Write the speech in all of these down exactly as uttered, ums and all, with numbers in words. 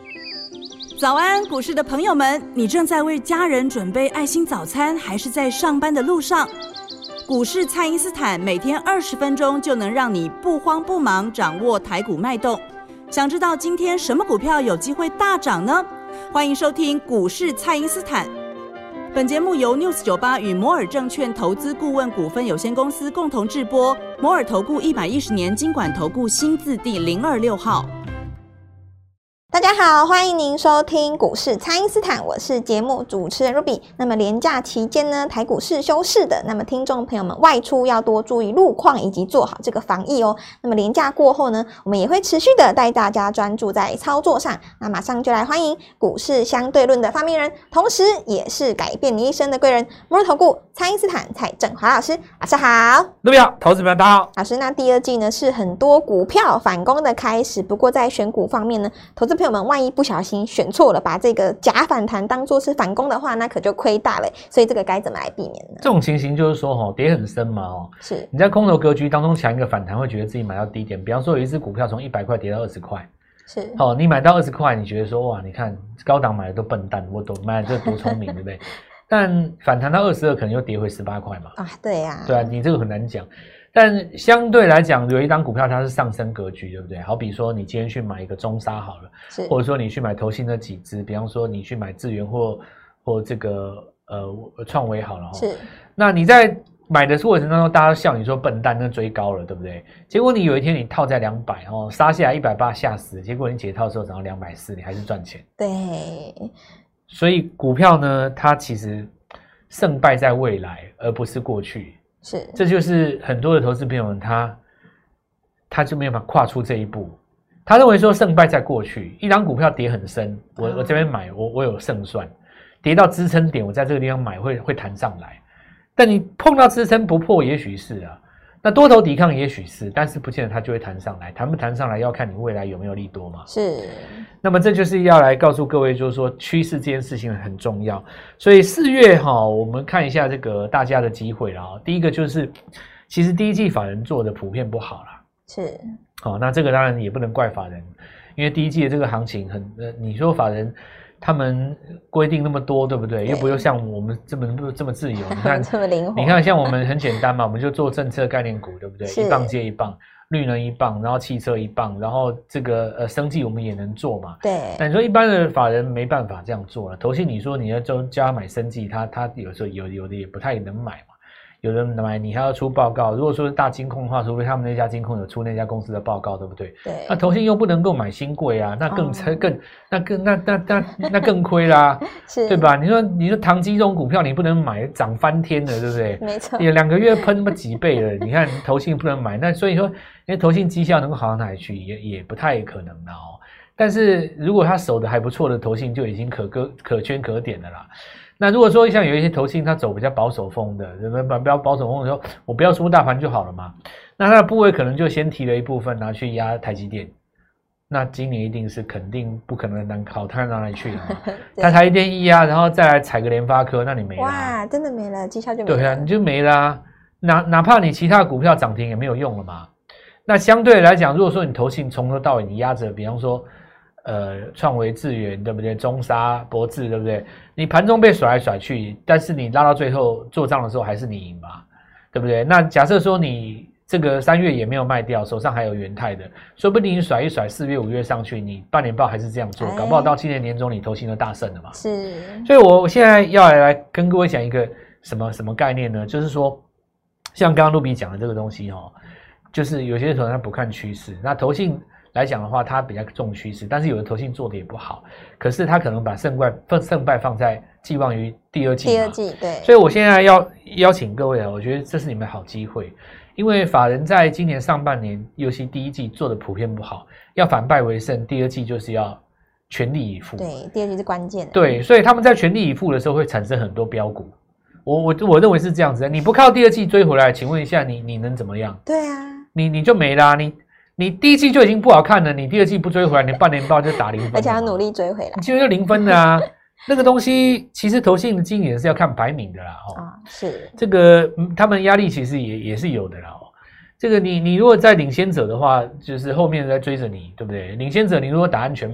早安，股市的朋友们，你正在为家人准备爱心早餐，还是在上班的路上？股市蔡因斯坦每天二十分钟就能让你不慌不忙掌握台股脉动。想知道今天什么股票有机会大涨呢？欢迎收听股市蔡因斯坦。本节目由 News 九十八与摩尔证券投资顾问股份有限公司共同制播，摩尔投顾一百一十年金管投顾新字第零二六号。 大家好，欢迎您收听股市蔡因斯坦，我是节目主持人 Ruby。那么连假期间呢，台股是休市的，那么听众朋友们外出要多注意路况以及做好这个防疫哦。那么连假过后呢，我们也会持续的带大家专注在操作上。那马上就来欢迎股市相对论的发明人，同时也是改变你一生的贵人——摩尔投顾蔡因斯坦蔡正华老师，老师好。 Ruby好，投资们大家好。 老师，那第二季呢是很多股票反攻的开始，不过在选股方面呢，投资朋友们万一不小心选错了，把这个假反弹当作是反攻的话，那可就亏大了。所以这个该怎么来避免呢？ 这种情形就是说，哦，跌很深嘛，哦， 是你在空头格局当中抢一个反弹，会觉得自己买到低点。比方说，有一只股票从一百块跌到二十块， 是好，哦，你买到二十块，你觉得说哇，你看高档买的都笨蛋，我懂买的这多聪明，对不对？但反弹到二十二，可能又跌回十八块嘛。啊， 对呀， 对啊，你这个很难讲。但相对来讲，有一档股票它是上升格局，对不对？好比说你今天去买一个中沙好了，或者说你去买投信的几只，比方说你去买智原或或这个呃创维好了，是。那你在买的过程当中，大家都笑你说笨蛋，那追高了，对不对？结果你有一天你套在两百哦，杀下来一百八吓死，结果你解套的时候涨到两百四，你还是赚钱。 对。 所以股票呢，它其实胜败在未来，而不是过去。是，这就是很多的投资朋友们他他就没有办法跨出这一步。他认为说胜败在过去，一档股票跌很深，我我这边买，我我有胜算，跌到支撑点，我在这个地方买会会弹上来。但你碰到支撑不破，也许是啊，那多头抵抗也许是，但是不见得它就会弹上来，弹不弹上来要看你未来有没有利多嘛。是。那么这就是要来告诉各位，就是说趋势这件事情很重要。所以四月哈，我们看一下这个大家的机会啦。第一个就是，其实第一季法人做的普遍不好啦。是。好，那这个当然也不能怪法人，因为第一季的这个行情很，呃，你说法人他们规定那么多，对不对？又不又像我们这么这么自由，你看这么灵活。 你看像我们很简单嘛，我们就做政策概念股，对不对？一棒接一棒。绿能一棒，然后汽车一棒，然后这个呃生技我们也能做嘛。对。那你说一般的法人没办法这样做了，投信你说你要叫他买生技，他他有时候有有的也不太能买嘛。有的买你还要出报告，如果说是大金控的话，除非他们那家金控有出那家公司的报告，对不对？对。那投信又不能够买新贵啊，那更、哦、更那更那那那那更亏啦，是，对吧？你说你说唐基这种股票你不能买，涨翻天了，对不对？没错。也两个月喷那么几倍了，你看投信不能买，那所以说，因为投信绩效能够好到哪里去，也也不太可能的哦。但是如果他守的还不错的投信，就已经可可可圈可点的啦。那如果说像有一些投信，他走比较保守风的，人们比较保守风的时候，我不要出大盘就好了嘛。那他的部位可能就先提了一部分拿去压台积电，那今年一定是肯定不可能难考，他哪里去了？他台积电一压，然后再来踩个联发科，那你没了。 哇，真的没了，绩效就没了。 对啊，你就没了啊。哪哪怕你其他的股票涨停也没有用了嘛。那相对来讲，如果说你投信从头到尾你压着，比方说。呃，创维、智原，对不对？中沙、博智，对不对？你盘中被甩来甩去，但是你拉到最后做账的时候，还是你赢嘛，对不对？那假设说你这个三月也没有卖掉，手上还有元泰的，说不定你甩一甩，四月、五月上去，你半年报还是这样做，搞不好到今年年中你投信都大胜了嘛。是。所以我现在要来跟各位讲一个什么什么概念呢？就是说，像刚刚Ruby讲的这个东西哦，就是有些投资人不看趋势，那投信。来讲的话，它比较重趋势，但是有的投信做的也不好，可是他可能把胜败胜败放在寄望于第二季嘛。第二季对，所以我现在要邀请各位啊，我觉得这是你们好机会，因为法人在今年上半年，尤其第一季做的普遍不好，要反败为胜，第二季就是要全力以赴。 对，第二季是关键的。 对，所以他们在全力以赴的时候会产生很多标股。我我我认为是这样子，你不靠第二季追回来，请问一下你你能怎么样？ 对啊， 你你就没啦，你。你第一季就已经不好看了，你第二季不追回来，你半年报就打零分， 而且要努力追回来， 你就就零分的啊。那个东西其实投信的经营是要看排名的啦，哦， 啊是这个、嗯、他们压力其实也也是有的啦，哦。这个你你如果在领先者的话，就是后面在追着你，对不对？领先者你如果打安全牌，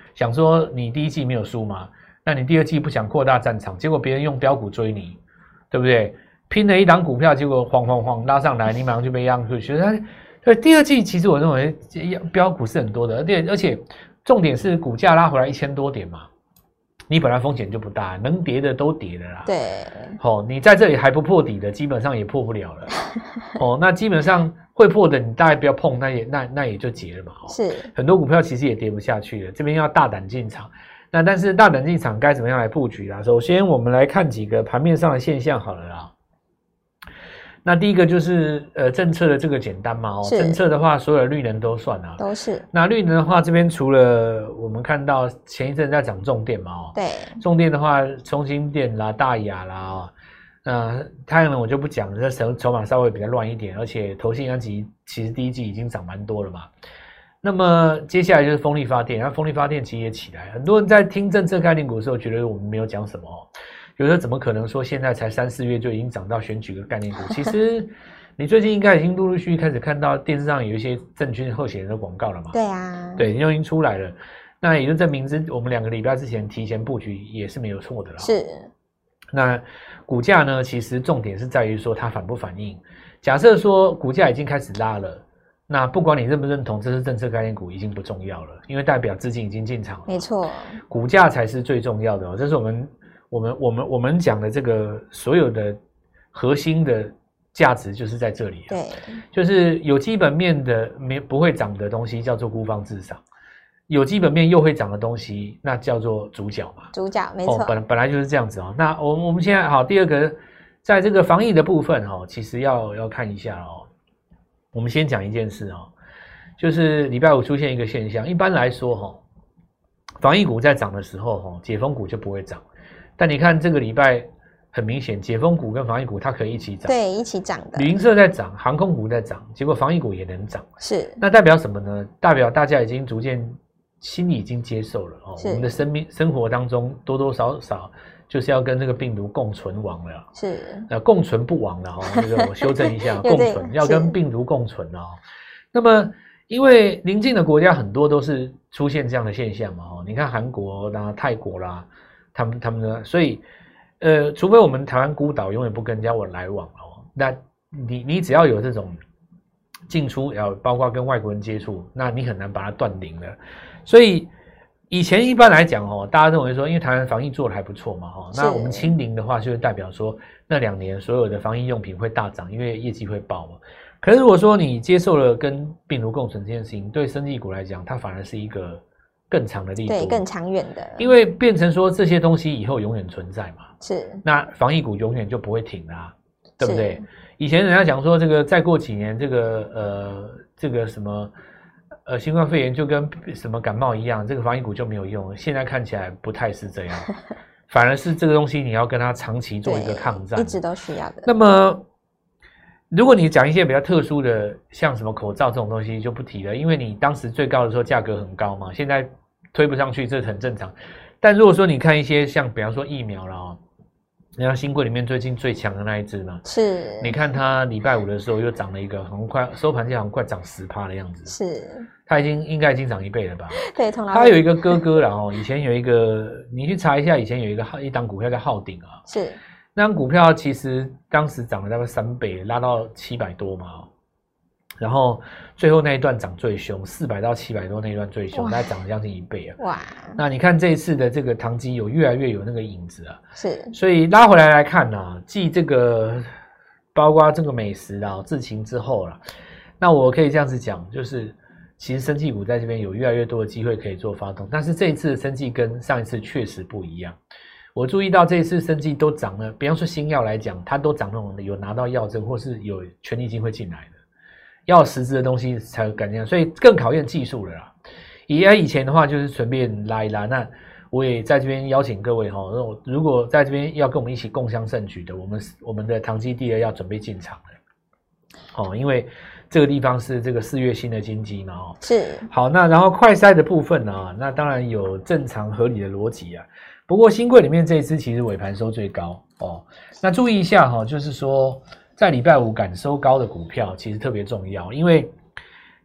想说你第一季没有输嘛，那你第二季不想扩大战场，结果别人用标股追你，对不对？拼了一档股票，结果晃晃晃拉上来，你马上就被压出去。所以第二季其实我认为标股是很多的，而且而且重点是股价拉回来一千多点嘛，你本来风险就不大，能跌的都跌了啦。 对， 哦，你在这里还不破底的，基本上也破不了了。哦，那基本上会破的，你大概不要碰，那也那那也就结了嘛。哦、 是， 很多股票其实也跌不下去了，这边要大胆进场。那但是大胆进场该怎么样来布局啦？首先我们来看几个盘面上的现象好了啦。那第一个就是呃政策的这个简单嘛哦，政策的话所有的绿能都算啊， 都是。 那绿能的话，这边除了我们看到前一阵在涨重电嘛哦， 对， 重电的话，中兴电啦、大亚啦哦，那太阳能我就不讲了，这筹筹码稍微比较乱一点，而且投信安集其实第一季已经涨蛮多了嘛。那么接下来就是风力发电，那风力发电其实也起来，很多人在听政策概念股的时候，觉得我们没有讲什么哦。有时候怎么可能说现在才三四月就已经涨到选举的概念股？其实你最近应该已经陆陆续续开始看到电视上有一些证券候选人的广告了嘛？ 对啊， 对，已经出来了。那也就证明之我们两个礼拜之前提前布局也是没有错的啦。 是。 那股价呢？其实重点是在于说它反不反应。假设说股价已经开始拉了，那不管你认不认同这是政策概念股，已经不重要了，因为代表资金已经进场了。 没错， 股价才是最重要的哦。这是我们。我们我们我们讲的这个所有的核心的价值就是在这里、啊， 对， 就是有基本面的没不会涨的东西叫做孤芳自赏，有基本面又会涨的东西那叫做主角嘛， 主角没错， 哦、本本来就是这样子哦。那我我们现在好，第二个在这个防疫的部分哈、哦，其实要要看一下哦。我们先讲一件事哦，就是礼拜五出现一个现象，一般来说哈、哦，防疫股在涨的时候哈、哦，解封股就不会涨。但你看这个礼拜很明显，解封股跟防疫股它可以一起涨， 对，一起涨的。 旅行社在涨，航空股在涨，结果防疫股也能涨， 是。 那代表什么呢？代表大家已经逐渐心里已经接受了哦，我们的生命生活当中多多少少就是要跟这个病毒共存亡了， 是。 呃，共存不亡了哈、哦，这个我修正一下，共存要跟病毒共存哦。那么因为邻近的国家很多都是出现这样的现象嘛哦，你看韩国啦、泰国啦。他们他们呢？所以，呃，除非我们台湾孤岛永远不跟人家我来往哦，那你你只要有这种进出，要包括跟外国人接触，那你很难把它断零了。所以以前一般来讲哦，大家认为说，因为台湾防疫做得还不错嘛哈，那我们清零的话，就代表说那两年所有的防疫用品会大涨，因为业绩会爆嘛。可是如果说你接受了跟病毒共存这件事情，对生技股来讲，它反而是一个更长的力度， 对，更长远的， 因为变成说这些东西以后永远存在嘛， 是， 那防疫股永远就不会停啦、啊，对不对？以前人家讲说这个再过几年，这个呃这个什么呃新冠肺炎就跟什么感冒一样，这个防疫股就没有用了。现在看起来不太是这样，反而是这个东西你要跟它长期做一个抗战， 一直都需要的。 那么如果你讲一些比较特殊的，像什么口罩这种东西就不提了，因为你当时最高的时候价格很高嘛，现在推不上去，这很正常。但如果说你看一些像比方说疫苗啦哦，你看新贵里面最近最强的那一支嘛， 是， 你看它礼拜五的时候又涨了一个，很快收盘价好像快涨 百分之十 的样子， 是， 它已经应该已经涨一倍了吧？ 对，从它有一个哥哥啦哦，以前有一个，你去查一下，以前有一个一档股票叫浩鼎啊， 是， 那档股票其实当时涨了大概三倍，拉到七百多嘛。然后最后那一段涨最凶，四百到七百多那一段最凶，大概涨了将近一倍啊！哇！那你看这一次的这个唐基有越来越有那个影子啊， 是。 所以拉回来来看啊，继这个包括这个美食啊、智勤之后啦，那我可以这样子讲，就是其实生技股在这边有越来越多的机会可以做发动，但是这一次的生技跟上一次确实不一样。我注意到这一次生技都涨了，比方说新药来讲，它都涨那种有拿到药证或是有权利金会进来的。要实质的东西才有感觉，所以更考验技术了啦。以以前的话就是随便拉一拉，那我也在这边邀请各位哈，如果在这边要跟我们一起共襄盛举的，我们我们的唐基第二要准备进场了，哦，因为这个地方是这个四月新的金鸡嘛，哦， 是。好， 那然后快筛的部分呢、啊，那当然有正常合理的逻辑啊。不过新贵里面这一支其实尾盘收最高哦，那注意一下哈，就是说。在礼拜五敢收高的股票其实特别重要，因为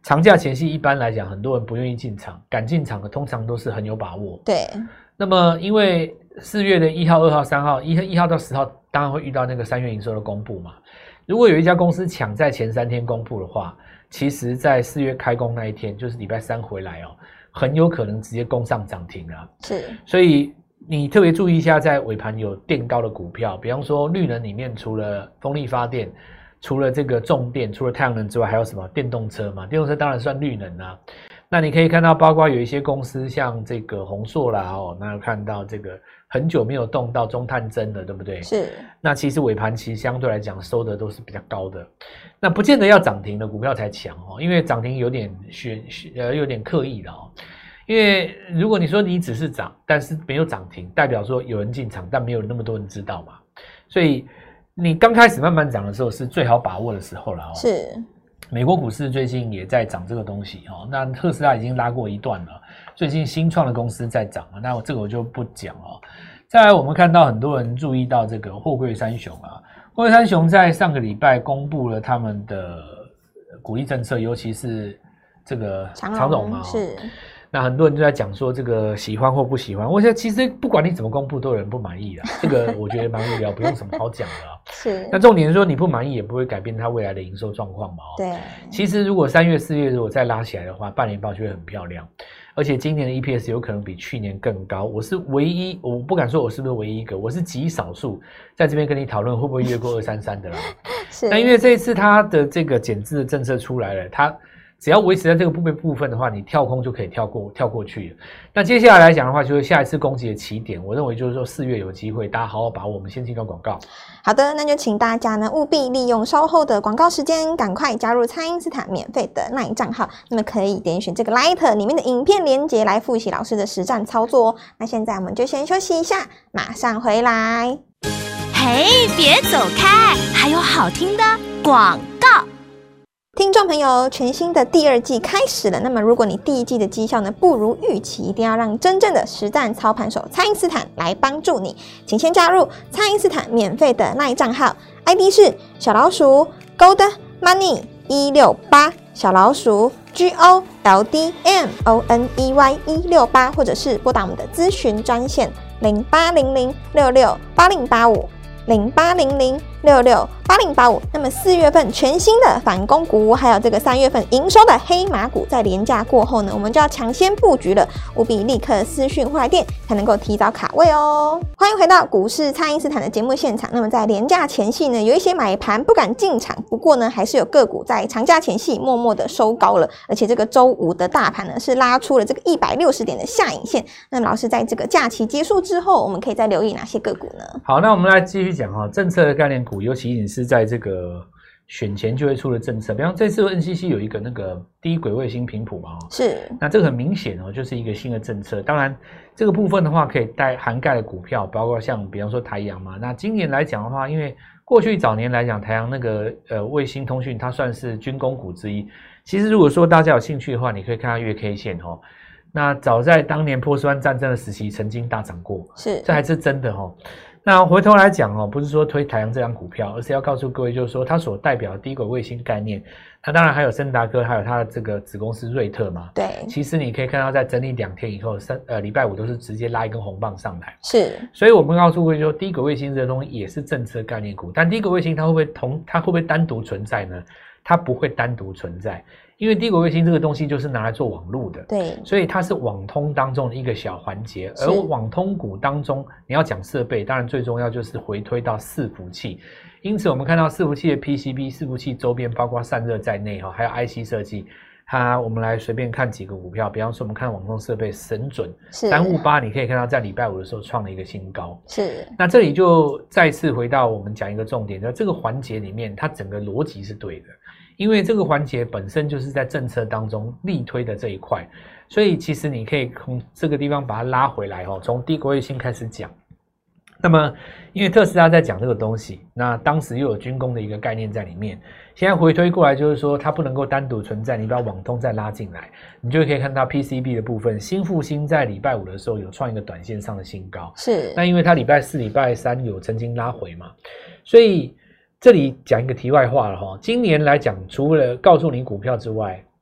长假前夕一般来讲，很多人不愿意进场，敢进场的通常都是很有把握。 对。 那么因为四月的一号、二号、三号，一一号到十号，当然会遇到那个三月营收的公布嘛。如果有一家公司抢在前三天公布的话，其实在四月开工那一天，就是礼拜三回来哦，很有可能直接攻上涨停了。 是， 所以你特别注意一下，在尾盘有垫高的股票，比方说绿能里面，除了风力发电，除了这个重电，除了太阳能之外，还有什么电动车嘛？电动车当然算绿能啊。那你可以看到，包括有一些公司，像这个宏硕啦，哦，那看到这个很久没有动到中探针了，对不对？ 是。 那其实尾盘其实相对来讲收的都是比较高的，那不见得要涨停的股票才强哦，因为涨停有点选呃有点刻意的哦。因为如果你说你只是涨，但是没有涨停，代表说有人进场，但没有那么多人知道嘛，所以你刚开始慢慢涨的时候是最好把握的时候了哦。 是。 美国股市最近也在涨这个东西哦，那特斯拉已经拉过一段了，最近新创的公司在涨了，那这个我就不讲哦。再来，我们看到很多人注意到这个货柜三雄啊，货柜三雄在上个礼拜公布了他们的鼓励政策，尤其是这个长荣嘛， 是。 那很多人就在讲说这个喜欢或不喜欢，我觉得其实不管你怎么公布，都有人不满意啦。这个我觉得蛮无聊，不用什么好讲的啊。 是。 那重点是说你不满意也不会改变它未来的营收状况嘛。 对。 其实如果三月、四月如果再拉起来的话，半年报就会很漂亮，而且今年的 E P S 有可能比去年更高。我是唯一，我不敢说我是不是唯一一个，我是极少数在这边跟你讨论会不会越过二三三的啦。 是。 那因为这一次它的这个减资的政策出来了，它只要维持在这个部部分的话，你跳空就可以跳过跳过去了。那接下来来讲的话，就是下一次攻击的起点，我认为就是说四月有机会，大家好好把握。我们先进到广告。 好的，那就请大家呢务必利用稍后的广告时间，赶快加入蔡因斯坦免费的 LINE 账号。那么可以点选这个 Light 里面的影片连结来复习老师的实战操作哦。那现在我们就先休息一下，马上回来。 嘿，别走开，还有好听的广告。 听众朋友，全新的第二季开始了。那么，如果你第一季的绩效呢不如预期，一定要让真正的实战操盘手蔡因斯坦来帮助你。请先加入蔡因斯坦免费的 LINE 账号 ，I D 是小老鼠 Gold Money 一六八，小老鼠 G O L D M O N E Y 一六八，或者是拨打我们的咨询专线零八零零六六八零八五零八零零六六八零八五。那么四月份全新的反攻股，还有这个三月份营收的黑马股，在连假过后呢，我们就要抢先布局了，务必立刻私讯或来电才能够提早卡位哦。欢迎回到股市蔡因斯坦的节目现场。那么在连假前夕呢，有一些买盘不敢进场，不过呢，还是有个股在长假前夕默默的收高了，而且这个周五的大盘呢是拉出了这个一百六十点的下影线。那老师在这个假期结束之后，我们可以再留意哪些个股呢？ 好，那我们来继续讲哈，政策的概念股，尤其你是在这个选前就会出的政策，比方这次 N C C 有一个那个低轨卫星频谱嘛， 是， 那这个很明显哦，就是一个新的政策。当然，这个部分的话可以带涵盖的股票，包括像比方说台阳嘛。那今年来讲的话，因为过去早年来讲，台阳那个呃卫星通讯它算是军工股之一。其实如果说大家有兴趣的话，你可以看它月 K 线哦。那早在当年波斯湾战争的时期，曾经大涨过， 是， 这还是真的哦。那回头来讲哦，不是说推台阳这张股票，而是要告诉各位，就是说它所代表的低轨卫星概念。那当然还有森达科，还有它的这个子公司瑞特嘛。 对， 其实你可以看到，在整理两天以后，三呃礼拜五都是直接拉一根红棒上来。 是， 所以我们告诉各位说，低轨卫星这个东西也是政策概念股，但低轨卫星它会不会同它会不会单独存在呢？它不会单独存在。因为低轨卫星这个东西就是拿来做网路的， 对， 所以它是网通当中的一个小环节。而网通股当中，你要讲设备，当然最重要就是回推到伺服器。因此，我们看到伺服器的 P C B、伺服器周边，包括散热在内哈，还有 I C 设计。它我们来随便看几个股票，比方说我们看网通设备神准三五八，你可以看到在礼拜五的时候创了一个新高。 是， 那这里就再次回到我们讲一个重点，在这个环节里面，它整个逻辑是对的。因为这个环节本身就是在政策当中力推的这一块，所以其实你可以从这个地方把它拉回来哦，从低轨卫星开始讲。那么，因为特斯拉在讲这个东西，那当时又有军工的一个概念在里面，现在回推过来就是说它不能够单独存在，你把网通再拉进来，你就可以看到 P C B 的部分，新复兴在礼拜五的时候有创一个短线上的新高， 是。 那因为它礼拜四、礼拜三有曾经拉回嘛，所以这里讲一个题外话了哈，今年来讲，除了告诉你股票之外，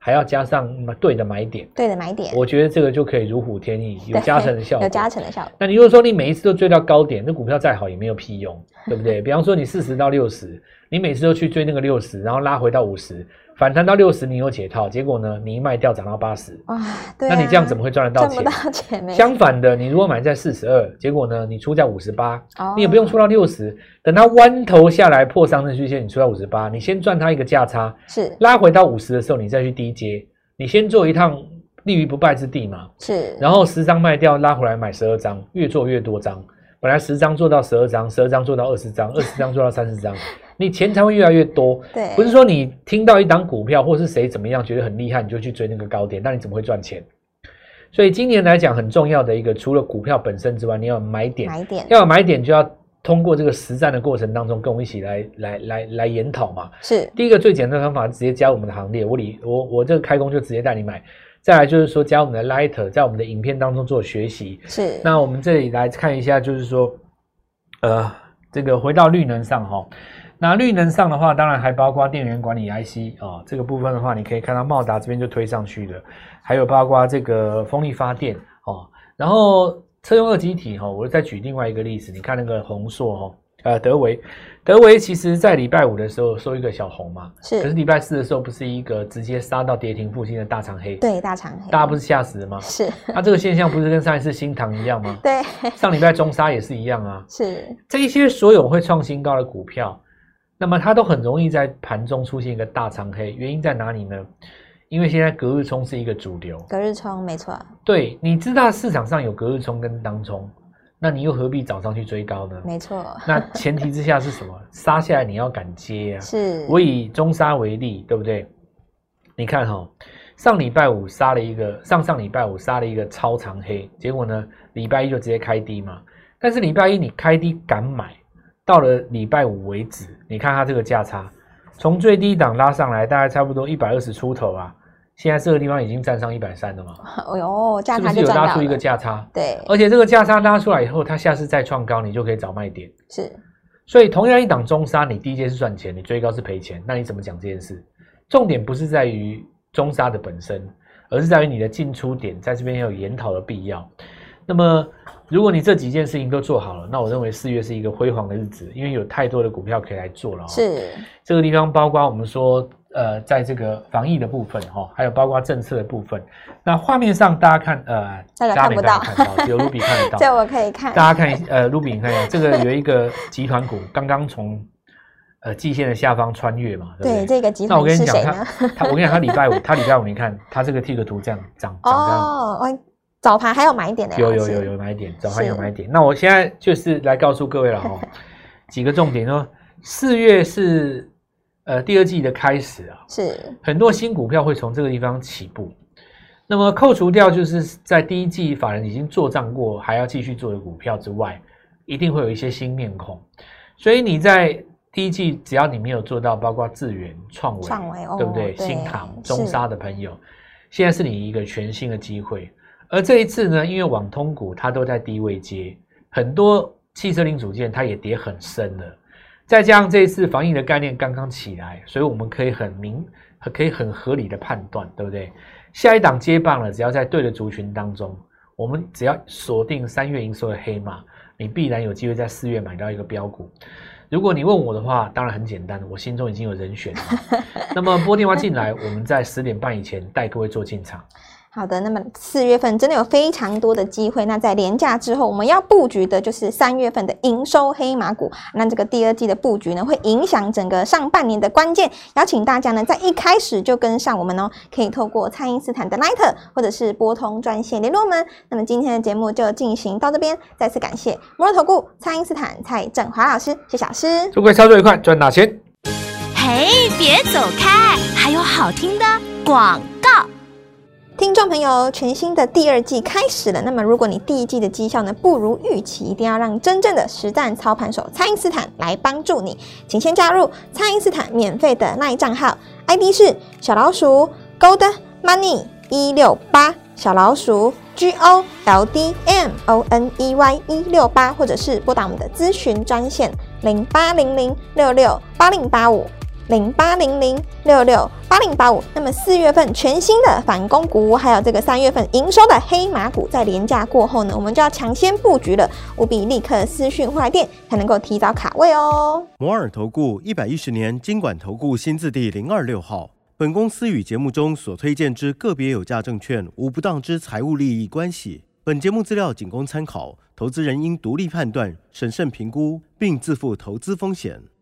还要加上对的买点， 对的买点， 我觉得这个就可以如虎添翼，有加成的效果， 有加成的效果。 那你如果说你每一次都追到高点，那股票再好也没有屁用，对不对？比方说你四十到六十，你每次都去追那个六十，然后拉回到五十，反弹到六十你有解套，结果呢你一卖掉涨到八十， 哇，对啊， 那你这样怎么会赚得到钱？ 赚不到钱。 相反的，你如果买在四十二，结果呢你出在五十八， 哦， 你也不用出到六十，等它弯头下来破上证均线，你出到五十八，你先赚它一个价差， 是拉回到五十的时候，你再去低接，你先做一趟立于不败之地嘛， 是， 然后十张卖掉，拉回来买十二张，越做越多张。本来十张做到十二张，十二张做到二十张，二十张做到三十张，你钱才会越来越多。 对， 不是说你听到一档股票或是谁怎么样觉得很厉害，你就去追那个高点，那你怎么会赚钱？所以今年来讲很重要的一个，除了股票本身之外，你要有买点， 买点要有买点就要通过这个实战的过程当中，跟我们一起来来来来研讨嘛。 是， 第一个最简单的方法，直接加入我们的行列，我里我我这个开工就直接带你买。再来就是说加我们的 Lighter， 在我们的影片当中做学习。 是， 那我们这里来看一下，就是说，呃，这个回到绿能上哈，那绿能上的话，当然还包括电源管理 I C 啊、哦，这个部分的话，你可以看到茂达这边就推上去了，还有包括这个风力发电哦，然后车用二极体哈、哦，我再举另外一个例子，你看那个宏硕哈。呃，德微，德微其实在礼拜五的时候收一个小红嘛， 是。可是礼拜四的时候不是一个直接杀到跌停附近的大长黑， 对，大长黑， 大家不是吓死了吗？ 是。 那、啊、这个现象不是跟上一次新唐一样吗？ 对。 上礼拜中沙也是一样啊。 是。 这一些所有会创新高的股票，那么它都很容易在盘中出现一个大长黑，原因在哪里呢？因为现在隔日冲是一个主流。 隔日冲，没错。 对，你知道市场上有隔日冲跟当冲。那你又何必早上去追高呢？ 没错。 那前提之下是什么？杀下来你要敢接啊！ 是。 我以中沙为例，对不对？你看哈、哦，上礼拜五杀了一个，上上礼拜五杀了一个超长黑，结果呢，礼拜一就直接开低嘛。但是礼拜一你开低敢买，到了礼拜五为止，你看它这个价差，从最低档拉上来，大概差不多一百二十出头啊。现在这个地方已经站上一百三了嘛？ 哦哟，价差是不是有拉出一个价差？ 对， 而且这个价差拉出来以后，它下次再创高，你就可以找卖点。 是， 所以同样一档中沙，你低阶是赚钱，你追高是赔钱，那你怎么讲这件事？重点不是在于中沙的本身，而是在于你的进出点，在这边要有研讨的必要。那么，如果你这几件事情都做好了，那我认为四月是一个辉煌的日子，因为有太多的股票可以来做了、哦。 是，这个地方包括我们说。呃，在这个防疫的部分哈、哦，还有包括政策的部分。那画面上大家看，呃， 大家看不到， 看到只有 Ruby 看得到。 这我可以看。 大家看，呃 ，Ruby 你看一下，这个有一个集团股刚刚从呃季线的下方穿越嘛，对不对？ 对，这个集团是谁呢？ 他他，我跟你讲，他礼拜五，他礼拜五，你看他这个 T 个图这样涨涨这样。 哦，早盘还有买点的。 有有有有买点，早盘有买点。那我现在就是来告诉各位了哈、哦，几个重点哦。四月是。呃，第二季的开始啊， 是很多新股票会从这个地方起步。那么扣除掉就是在第一季法人已经做账过，还要继续做的股票之外，一定会有一些新面孔。所以你在第一季只要你没有做到，包括智原、创维， 创维、哦、 对不对？ 对新唐、中沙的朋友，现在是你一个全新的机会。而这一次呢，因为网通股它都在低位接，很多汽车零组件它也跌很深了。再加上这一次防疫的概念刚刚起来，所以我们可以很明、可以很合理的判断，对不对？下一档接棒了，只要在对的族群当中，我们只要锁定三月营收的黑马，你必然有机会在四月买到一个标股。如果你问我的话，当然很简单，我心中已经有人选了。那么拨电话进来，我们在十点半以前带各位做进场。 好的，那么四月份真的有非常多的机会。那在连假之后，我们要布局的就是三月份的营收黑马股。那这个第二季的布局呢，会影响整个上半年的关键。邀请大家呢，在一开始就跟上我们哦，可以透过蔡因斯坦的 Line 或者是拨通专线联络我们。那么今天的节目就进行到这边，再次感谢摩尔投顾蔡因斯坦蔡正华老师，谢谢老师。 祝各位操作愉快，赚大钱！ 嘿，别走开，还有好听的广告。 听众朋友，全新的第二季开始了。那么，如果你第一季的绩效呢不如预期，一定要让真正的实战操盘手蔡因斯坦来帮助你。请先加入蔡因斯坦免费的 LINE 账号 ，I D 是小老鼠 Gold Money 一六八，小老鼠 G O L D M O N E Y 一六八，或者是拨打我们的咨询专线零八零零六六八零八五零八零零六六八零八五。那么四月份全新的反攻股，还有这个三月份营收的黑马股，在连假过后呢，我们就要抢先布局了，务必立刻私讯或来电，才能够提早卡位哦。 摩尔投顾一百一十年金管投顾新字第零二六号。本公司与节目中所推荐之个别有价证券无不当之财务利益关系。本节目资料仅供参考，投资人应独立判断、审慎评估，并自负投资风险。